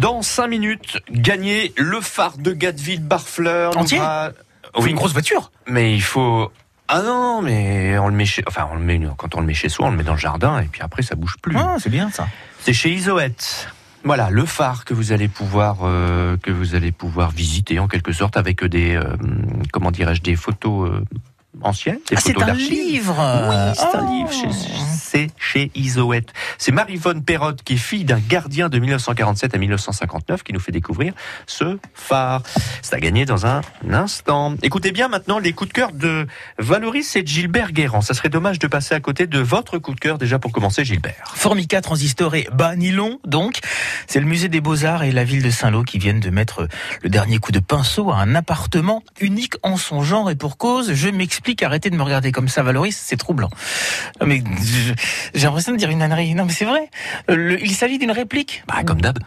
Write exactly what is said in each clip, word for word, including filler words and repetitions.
Dans cinq minutes, gagner le phare de Gatteville-Barfleur. Entier va... Oui, une grosse voiture. Mais il faut... Ah non, mais on le met chez... Enfin, on le met... quand on le met chez soi, on le met dans le jardin et puis après, ça bouge plus. Ah, c'est bien ça. C'est chez Isoët. Voilà, le phare que vous allez pouvoir euh, que vous allez pouvoir visiter en quelque sorte avec des euh, comment dirais-je des photos euh, anciennes. Des Ah, photos c'est un d'archives. livre. Oui, c'est oh. un livre. Chez, c'est chez Isoët. C'est Marie-Vonne Perrotte qui est fille d'un gardien de mille neuf cent quarante-sept à mille neuf cent cinquante-neuf qui nous fait découvrir ce phare. C'est à gagner dans un instant. Écoutez bien maintenant les coups de cœur de Valoris et de Gilbert Guérand. Ça serait dommage de passer à côté de votre coup de cœur déjà pour commencer, Gilbert. Formica Transistor et Banilon, donc. C'est le musée des Beaux-Arts et la ville de Saint-Lô qui viennent de mettre le dernier coup de pinceau à un appartement unique en son genre et pour cause. Je m'explique, arrêtez de me regarder comme ça, Valoris, c'est troublant. Non, mais je, j'ai l'impression de dire une ânerie. Non, mais c'est vrai. Le, il s'agit d'une réplique. Bah, comme d'hab.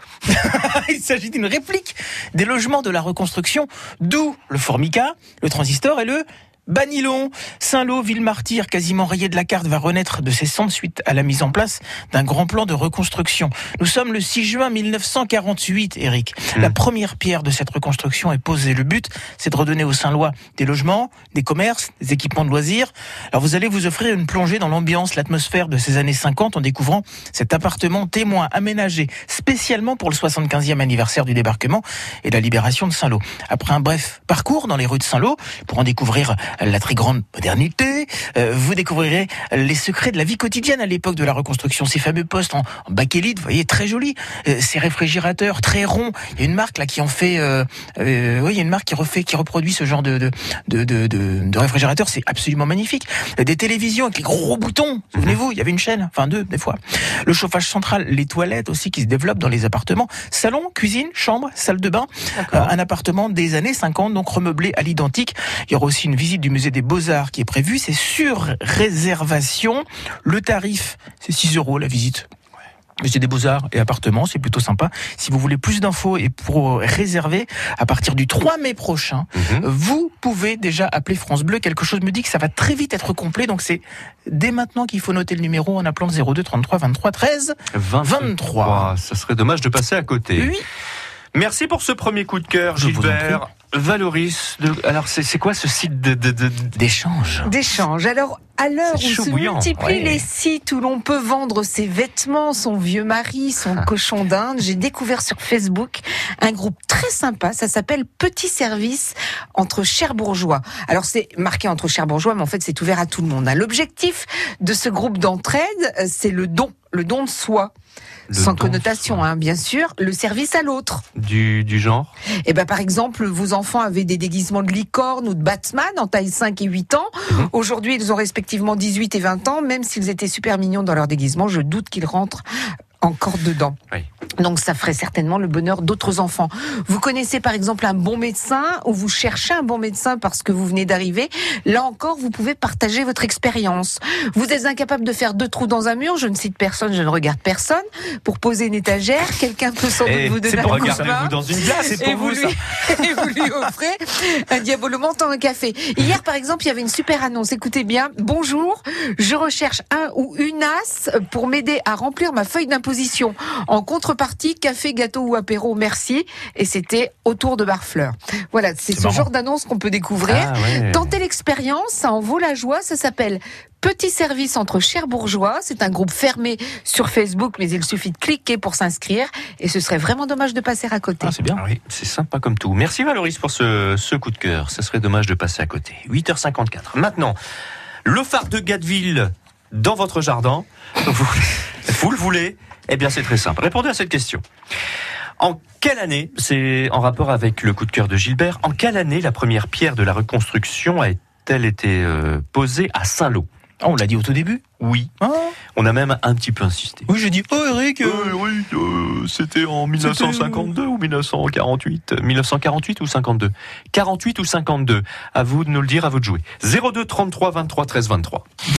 Il s'agit d'une réplique des logements de la reconstruction, d'où le Formica, le Transistor et le Banilon. Saint-Lô, ville martyre, quasiment rayée de la carte, va renaître de ses cendres suite à la mise en place d'un grand plan de reconstruction. Nous sommes le six juin mille neuf cent quarante-huit, Eric. Mmh. La première pierre de cette reconstruction est posée. Le but, c'est de redonner aux Saint-Lois des logements, des commerces, des équipements de loisirs. Alors vous allez vous offrir une plongée dans l'ambiance, l'atmosphère de ces années cinquante en découvrant cet appartement témoin aménagé spécialement pour le soixante-quinzième anniversaire du débarquement et de la libération de Saint-Lô. Après un bref parcours dans les rues de Saint-Lô, pour en découvrir la très grande modernité, euh, vous découvrirez les secrets de la vie quotidienne à l'époque de la reconstruction. Ces fameux postes en, en bakélite, vous voyez, très jolis. Euh, ces réfrigérateurs très ronds. Il y a une marque là qui en fait, euh, euh, oui, il y a une marque qui refait, qui reproduit ce genre de de de de, de, de réfrigérateur. C'est absolument magnifique. Des télévisions avec les gros boutons. Souvenez-vous, il y avait une chaîne, enfin deux des fois. Le chauffage central, les toilettes aussi qui se développent dans les appartements. Salon, cuisine, chambre, salle de bain. Euh, un appartement des années cinquante, donc remeublé à l'identique. Il y aura aussi une visite du musée des Beaux-Arts qui est prévu, c'est sur réservation. Le tarif, c'est six euros la visite. Musée des Beaux-Arts et appartements, c'est plutôt sympa. Si vous voulez plus d'infos et pour réserver, à partir du trois mai prochain, mmh. vous pouvez déjà appeler France Bleu. Quelque chose me dit que ça va très vite être complet, donc c'est dès maintenant qu'il faut noter le numéro en appelant le zéro deux trente-trois vingt-trois treize vingt-trois. Ça serait dommage de passer à côté. Oui. Merci pour ce premier coup de cœur, Gilbert. Valoris, de... alors c'est, c'est quoi ce site de, de, de... d'échange D'échange. Alors, à l'heure où se multiplient ouais. les sites où l'on peut vendre ses vêtements, son vieux mari, son ah. cochon d'Inde, j'ai découvert sur Facebook un groupe très sympa, ça s'appelle Petit Service entre Cherbourgeois. Alors c'est marqué entre Cherbourgeois, mais en fait c'est ouvert à tout le monde. L'objectif de ce groupe d'entraide, c'est le don, le don de soi. Le Sans connotation, hein, bien sûr. Le service à l'autre. Du, du genre Eh ben, par exemple, vos enfants avaient des déguisements de licorne ou de Batman en taille cinq et huit ans. Mmh. Aujourd'hui, ils ont respectivement dix-huit et vingt ans. Même s'ils étaient super mignons dans leur déguisement, je doute qu'ils rentrent encore dedans. Oui. Donc ça ferait certainement le bonheur d'autres enfants. Vous connaissez par exemple un bon médecin ou vous cherchez un bon médecin parce que vous venez d'arriver. Là encore, vous pouvez partager votre expérience. Vous êtes incapable de faire deux trous dans un mur, je ne cite personne, je ne regarde personne. Pour poser une étagère, quelqu'un peut sans doute vous donner un coup de main. Regardez-vous dans une glace, c'est pour vous, vous ça. Lui, et vous lui offrez un diabolement dans un café. Hier par exemple, il y avait une super annonce. Écoutez bien. Bonjour, je recherche un ou une as pour m'aider à remplir ma feuille d'imposition. En contrepartie, café, gâteau ou apéro, merci. Et c'était autour de Barfleur. Voilà, c'est, c'est ce marrant. Genre d'annonce qu'on peut découvrir. Ah, ouais. Tentez l'expérience, ça en vaut la joie. Ça s'appelle Petit Service entre Cherbourgeois. C'est un groupe fermé sur Facebook, mais il suffit de cliquer pour s'inscrire. Et ce serait vraiment dommage de passer à côté. Ah, c'est bien. Ah, oui, c'est sympa comme tout. Merci Valoris pour ce, ce coup de cœur. Ça serait dommage de passer à côté. huit heures cinquante-quatre. Maintenant, le phare de Gatteville dans votre jardin. Vous, vous le voulez ? Eh bien, c'est très simple. Répondez à cette question. En quelle année, c'est en rapport avec le coup de cœur de Gilbert, en quelle année la première pierre de la reconstruction a-t-elle été euh, posée à Saint-Lô ? Ah, on l'a dit au tout début ? Oui. Ah. On a même un petit peu insisté. Oui, j'ai dit, oh Eric euh... euh, Oui, euh, c'était en dix-neuf cent cinquante-deux c'était... ou dix-neuf cent quarante-huit dix-neuf cent quarante-huit ou cinquante-deux quarante-huit ou cinquante-deux À vous de nous le dire, à vous de jouer. zéro deux trente-trois vingt-trois treize vingt-trois